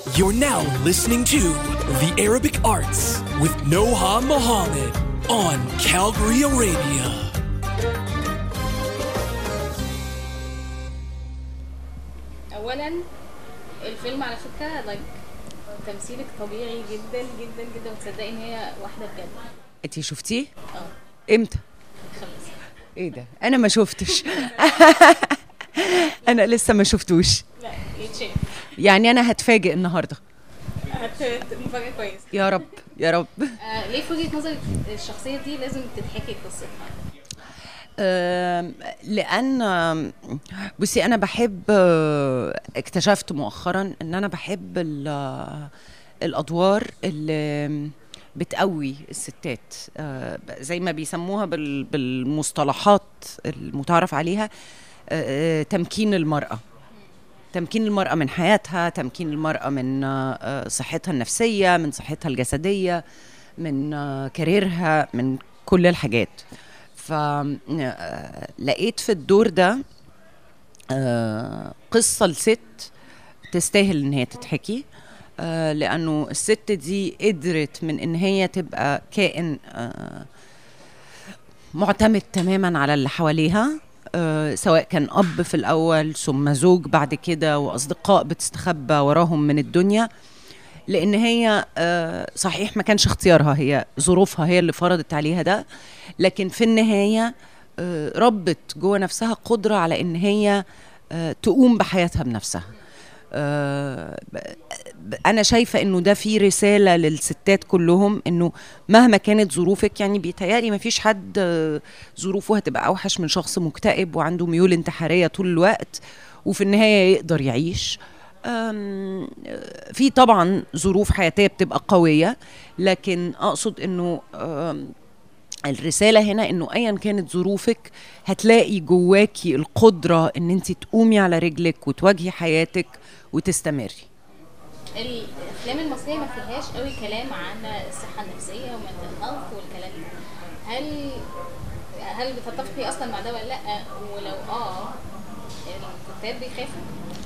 You're now listening to The Arabic Arts with Noha Mohammed on Calgary Arabia. اولا الفيلم على فكره تمثيلك طبيعي جدا جدا جدا، وتصدقي ان هي واحده بجد. انتي شفتيه؟ امتى؟ خلص. ايه ده؟ انا ما شفتش. انا لسه ما شفتوش. لا يتشاف يعني انا هتفاجئ النهارده. مفاجاه كويسه يا رب يا رب. ليه في وجهه نظرك الشخصيه دي لازم تتحكي قصتها؟ لأن بصي أنا بحب، اكتشفت مؤخرا أن أنا بحب الأدوار اللي بتقوي الستات، زي ما بيسموها بالمصطلحات المتعارف عليها، تمكين المرأة. تمكين المرأة من حياتها، تمكين المرأة من صحتها النفسية، من صحتها الجسدية، من كاريرها، من كل الحاجات. فلقيت في الدور ده قصة لست تستاهل ان هي تتحكي، لانه الست دي قدرت من ان هي تبقى كائن معتمد تماما على اللي حواليها، سواء كان اب في الاول ثم زوج بعد كده واصدقاء بتستخبى وراهم من الدنيا، لان هي صحيح ما كانش اختيارها، هي ظروفها هي اللي فرضت عليها ده، لكن في النهاية ربت جوه نفسها قدرة على ان هي تقوم بحياتها بنفسها. انا شايفة انه ده في رسالة للستات كلهم، انه مهما كانت ظروفك، يعني بيتهيألي ما فيش حد ظروفه هتبقى اوحش من شخص مكتئب وعنده ميول انتحارية طول الوقت وفي النهاية يقدر يعيش. في طبعا ظروف حياتية بتبقى قوية، لكن أقصد أنه الرسالة هنا أنه أيا كانت ظروفك هتلاقي جواكي القدرة أن انت تقومي على رجلك وتواجهي حياتك وتستمري. الأفلام المصرية ما فيهاش قوي كلام عن الصحة النفسية ومنتل هيلث والكلام ده، هل بتتفقي أصلا مع ده ولا لأ؟ ولو الكتاب بيخافوا؟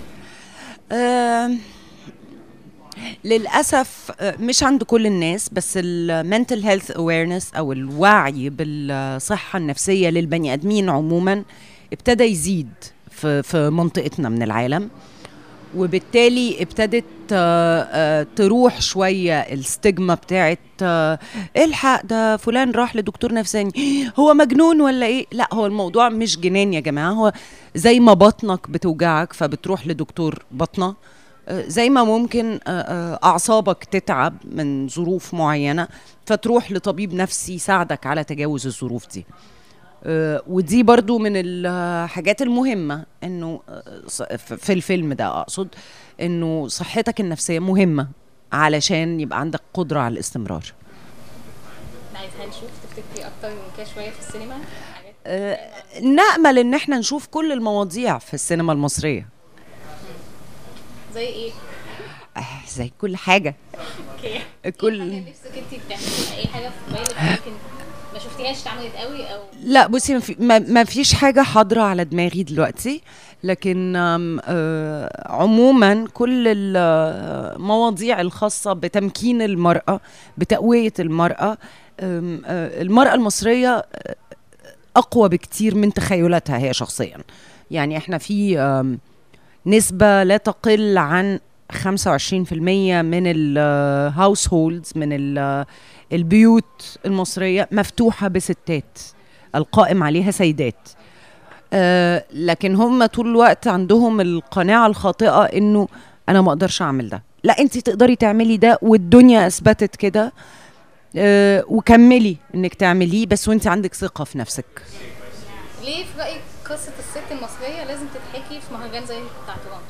للأسف مش عند كل الناس، بس المنتل هيلث اويرنس أو الوعي بالصحة النفسية للبني آدمين عموما ابتدى يزيد في منطقتنا من العالم، وبالتالي ابتدت تروح شوية الستيغما بتاعت الحق ده فلان راح لدكتور نفساني، هو مجنون ولا ايه؟ لا، هو الموضوع مش جنان يا جماعة، هو زي ما بطنك بتوجعك فبتروح لدكتور بطنة، زي ما ممكن أعصابك تتعب من ظروف معينة فتروح لطبيب نفسي يساعدك على تجاوز الظروف دي. ودي برضو من الحاجات المهمة انه في الفيلم ده، اقصد انه صحتك النفسية مهمة علشان يبقى عندك قدرة على الاستمرار. عايزها نشوف، تفتكري اكتر من كده شوية في السينما؟ نأمل ان احنا نشوف كل المواضيع في السينما المصرية. زي ايه؟ زي كل حاجة. اوكي. كل حاجة نفسك انتي بتعملي اي حاجة في بالك ممكن ما شفتيهاش اتعملت قوي او؟ لا بصي، ما فيش حاجة حاضرة على دماغي دلوقتي، لكن عموما كل المواضيع الخاصة بتمكين المرأة، بتقوية المرأة، المرأة المصرية أقوى بكتير من تخيلاتها هي شخصيا. يعني احنا في نسبة لا تقل عن 25% من الهاوس هولدز، من البيوت المصرية مفتوحة بستات، القائم عليها سيدات، لكن هم طول الوقت عندهم القناعة الخاطئة انه انا ما اقدرش اعمل ده. لا، انت تقدري تعملي ده، والدنيا اثبتت كده، وكملي انك تعمليه بس وانت عندك ثقة في نفسك. ليه في رأيك قصة الست المصرية لازم تتحكي في مهرجان زي بتاع تورونتو؟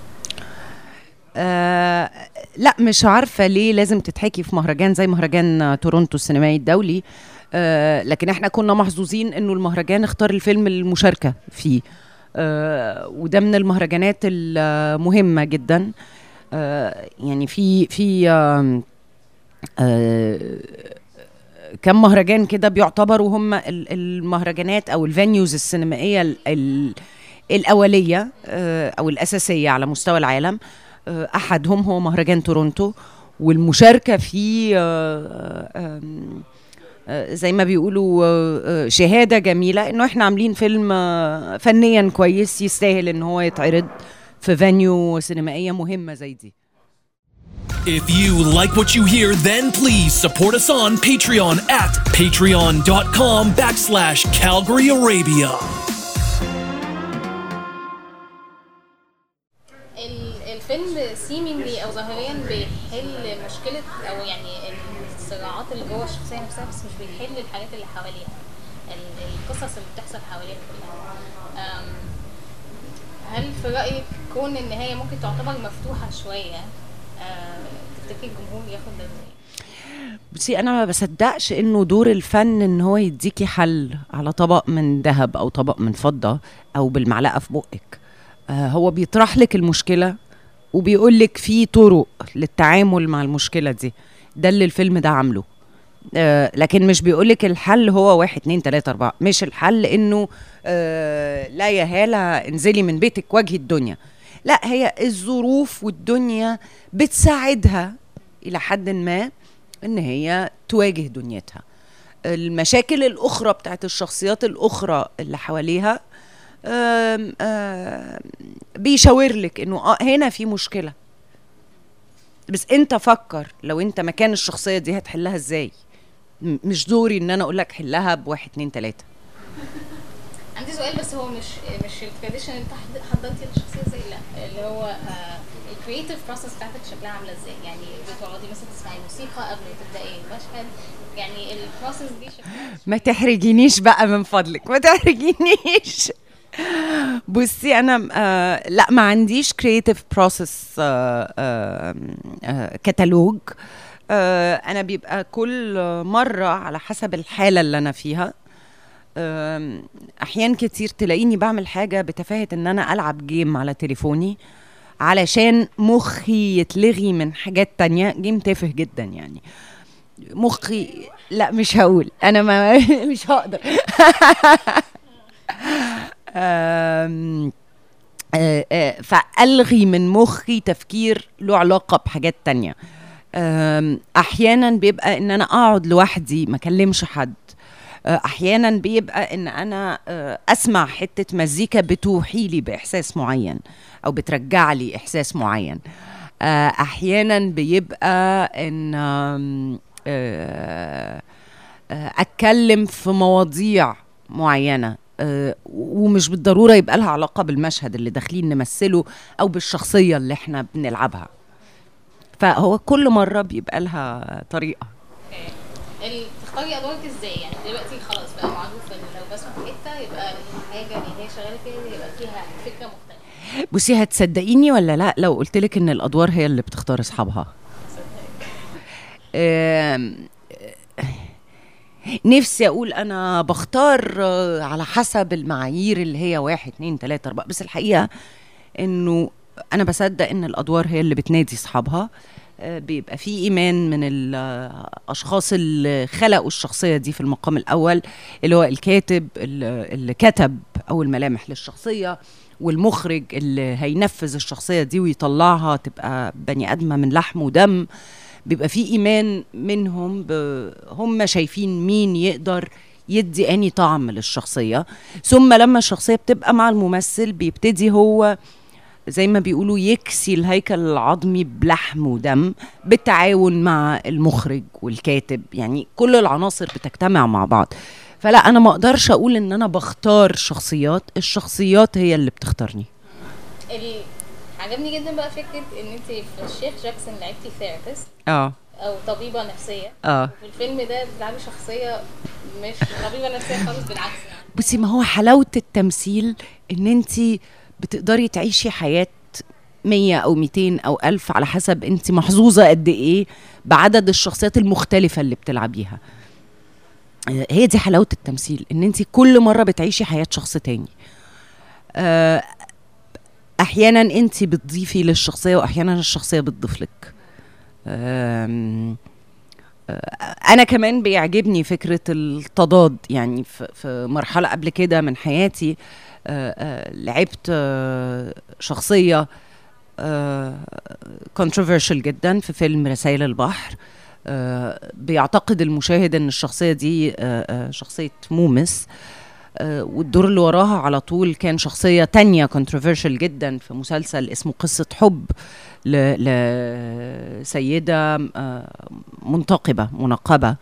لا، مش عارفة ليه لازم تتحكي في مهرجان زي مهرجان تورونتو السينمائي الدولي، لكن احنا كنا محظوظين انه المهرجان اختار الفيلم المشاركة فيه، وده من المهرجانات المهمة جدا. يعني في كم مهرجان كده بيعتبروا هم المهرجانات او الفانيوز السينمائية الأولية أو الأساسية على مستوى العالم، احدهم هو مهرجان تورونتو، والمشاركه فيه زي ما بيقولوا شهاده جميله انه احنا عاملين فيلم فنيا كويس يستاهل ان هو يتعرض في فانيو سينمائيه مهمه زي دي. If you like what you hear, then please support us on Patreon at patreon.com/Calgary Arabia. الفيلم seemingly او ظاهريا بيحل مشكله او يعني الصراعات اللي جوه الشخصيه نفسها، بس مش بيحل الحاجات اللي حواليها، القصص اللي بتحصل حواليها كلها. هل في رايك كون النهايه ممكن تعتبر مفتوحه شويه تفتكر الجمهور ياخد ده ازاي؟ بصي انا ما بصدقش انه دور الفن ان هو يديكي حل على طبق من ذهب او طبق من فضه او بالمعلقه في بقك. هو بيطرح لك المشكله وبيقول لك في طرق للتعامل مع المشكله دي، ده اللي الفيلم ده عامله. لكن مش بيقول لك الحل هو 1 2 3 4، مش الحل انه لا يا هاله انزلي من بيتك واجهي الدنيا، لا هي الظروف والدنيا بتساعدها الى حد ما ان هي تواجه دنيتها. المشاكل الاخرى بتاعت الشخصيات الاخرى اللي حواليها بيشاور لك انه هنا في مشكله، بس انت فكر لو انت مكان الشخصيه دي هتحلها ازاي. مش دوري ان انا اقول لك حلها ب1 2 3. عندي سؤال بس هو مش التراديشن انت حضرتي الشخصيه زي لا اللي هو الكرييتيف بروسس بتاعتك شكلها عامله ازاي؟ يعني بتقعدي مثلا تسمعي موسيقى قبل ما تبداي المشهد، يعني البروسس دي شكلها ما تحرجينيش بقى من فضلك، ما تحرجينيش. بصي انا لا ما عنديش كرييتيف بروسس كتالوج. انا بيبقى كل مره على حسب الحاله اللي انا فيها. احيان كتير تلاقيني بعمل حاجه بتفاهه ان انا العب جيم على تليفوني علشان مخي يتلغي من حاجات تانية. جيم تافه جدا يعني مخي، لا مش هقول انا ما مش هقدر. فألغي من مخي تفكير له علاقة بحاجات تانية. احيانا بيبقى ان انا اقعد لوحدي ما اكلمش حد. احيانا بيبقى ان انا اسمع حتة مزيكا بتوحي لي باحساس معين او بترجع لي احساس معين. احيانا بيبقى ان اتكلم في مواضيع معينة ومش بالضرورة يبقى لها علاقة بالمشهد اللي داخلين نمثله او بالشخصية اللي احنا بنلعبها. فهو كل مرة بيبقى لها طريقة. تختاري ادوارك ازاي؟ يعني دلوقتي خلاص بقى معروف ان لو بسمع حته يبقى الحاجه اللي هي شغاله فيها يبقى فيها فكره مختلفه. بصي هتصدقيني ولا لا لو قلتلك ان الادوار هي اللي بتختار اصحابها؟ نفسي اقول انا بختار على حسب المعايير اللي هي 1 2 3 4، بس الحقيقة انه انا بصدق ان الادوار هي اللي بتنادي اصحابها. بيبقى في ايمان من الاشخاص اللي خلقوا الشخصيه دي في المقام الاول، اللي هو الكاتب اللي كتب اول ملامح للشخصيه، والمخرج اللي هينفذ الشخصيه دي ويطلعها تبقى بني ادمه من لحم ودم. بيبقى في ايمان منهم هم شايفين مين يقدر يدي اني طعم للشخصيه. ثم لما الشخصيه بتبقى مع الممثل بيبتدي هو زي ما بيقولوا يكسي الهيكل العظمي بلحم ودم بالتعاون مع المخرج والكاتب. يعني كل العناصر بتجتمع مع بعض. فلا انا ما اقدرش اقول ان انا بختار شخصيات، الشخصيات هي اللي بتختارني. عجبني جدا بقى فكرة ان انت في الشيخ جاكسون لعبتي ثيرابيست او طبيبة نفسية. في الفيلم ده بتلعبي شخصية مش طبيبة نفسية خالص، بالعكس يعني. بصي ما هو حلاوة التمثيل ان انت بتقدري تعيشي حياة 100 أو 200 أو 1000 على حسب أنت محظوظة قد إيه بعدد الشخصيات المختلفة اللي بتلعبيها. هي دي حلاوة التمثيل، إن أنت كل مرة بتعيشي حياة شخص تاني. أحيانا أنت بتضيفي للشخصية وأحيانا الشخصية بتضيف لك. أنا كمان بيعجبني فكرة التضاد. يعني في مرحلة قبل كده من حياتي لعبت شخصية controversial جدا في فيلم رسائل البحر. بيعتقد المشاهد ان الشخصية دي شخصية مومس، والدور اللي وراها على طول كان شخصية تانية controversial جدا في مسلسل اسمه قصة حب لسيدة منتقبة منقبة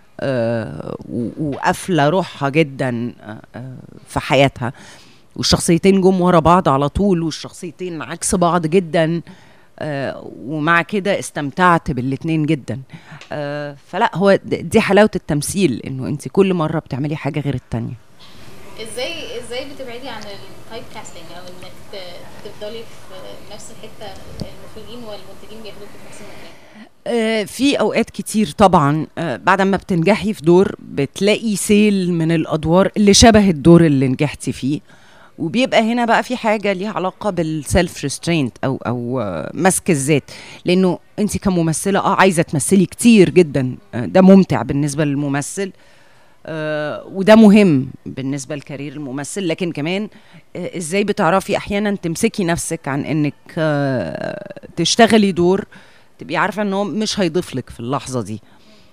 وقافلة روحها جدا في حياتها، والشخصيتين جم ورا بعض على طول، والشخصيتين عكس بعض جدا، ومع كده استمتعت بالاتنين جدا. فلا هو دي حلاوة التمثيل، انه انت كل مرة بتعملي حاجة غير التانية. ازاي بتبعدي عن التايب كاستنج، او انك تفضلي في نفس الحته المخرجين والمنتجين بياخدوك في نفس المكان؟ في اوقات كتير طبعا بعد ما بتنجحي في دور بتلاقي سيل من الادوار اللي شبه الدور اللي نجحتي فيه، وبيبقى هنا بقى في حاجه ليها علاقه بالسيلف ريسترينت او مسك الذات، لانه انت كممثله عايزه تمثلي كتير جدا، ده ممتع بالنسبه للممثل، وده مهم بالنسبة لكارير الممثل، لكن كمان ازاي بتعرفي احيانا تمسكي نفسك عن انك تشتغلي دور تبقي عارفة انه مش هيضيفلك في اللحظة دي.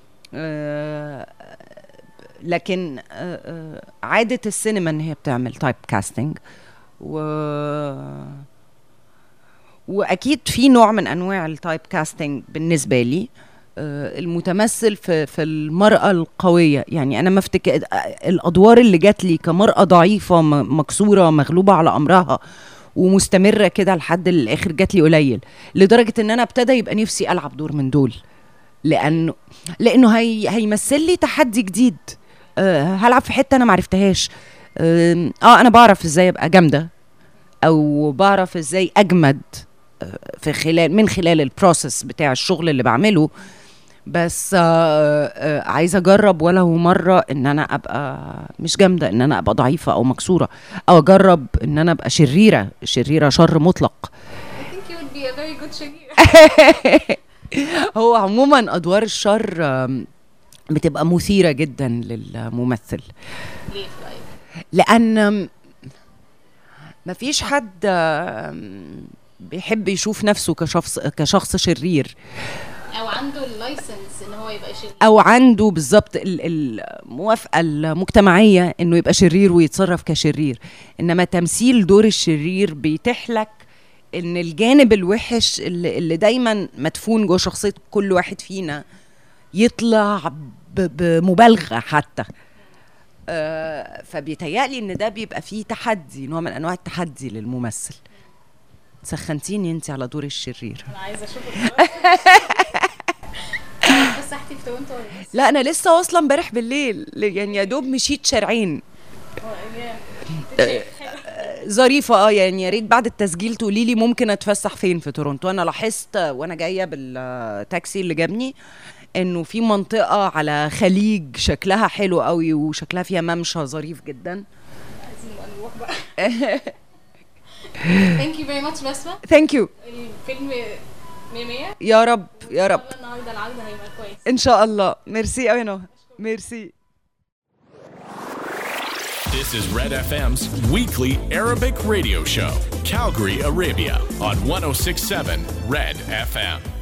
لكن عادة السينما ان هي بتعمل تايب كاستنج، واكيد في نوع من انواع التايب كاستنج بالنسبة لي المتمثل في المرأة القوية. يعني أنا ما افتكر الأدوار اللي جات لي كمرأة ضعيفة مكسورة مغلوبة على أمرها ومستمرة كده لحد الآخر جات لي قليل، لدرجة إن أنا ابتدى يبقى نفسي ألعب دور من دول، لأنه هيمثل لي تحدي جديد. هلعب في حتة أنا معرفتهاش. أنا بعرف إزاي أبقى جامدة، أو بعرف إزاي أجمد من خلال البروسيس بتاع الشغل اللي بعمله، بس عايزة أجرب ولو مرة إن أنا أبقى مش جامدة، إن أنا أبقى ضعيفة أو مكسورة، أو أجرب إن أنا أبقى شريرة شر مطلق. I think you would be a very good شريرة. هو عموما أدوار الشر بتبقى مثيرة جدا للممثل. ليه؟ لأن مفيش حد بيحب يشوف نفسه كشخص شرير، او عنده اللايسنس ان هو يبقى شرير، او عنده بالظبط الموافقه المجتمعيه انه يبقى شرير ويتصرف كشرير. انما تمثيل دور الشرير بيتيح لك ان الجانب الوحش اللي دايما مدفون جوه شخصيه كل واحد فينا يطلع بمبالغه حتى. فبيتهيألي ان ده بيبقى فيه تحدي، نوع من انواع التحدي للممثل. سخنتيني انت على دور الشرير. انا عايزه اشوفك. فسحتي في تورنتو؟ لا انا لسه واصله امبارح بالليل، يعني يا دوب مشيت شارعين. ظريفه. يعني يا ريت بعد التسجيل تقولي لي ممكن اتفسح فين في تورنتو. انا لاحظت وانا جايه بالتاكسي اللي جابني انه في منطقه على خليج شكلها حلو قوي، وشكلها فيها ممشى ظريف جدا. عايزين نروح بقى. Thank you very much بسمة. Thank you. الفيلم 100 يا رب يا رب. النهارده العودة هيبقى كويس إن شاء الله. ميرسي أوي نوها. ميرسي. This is Red FM's weekly Arabic radio show, Calgary, Arabia, on 106.7 Red FM.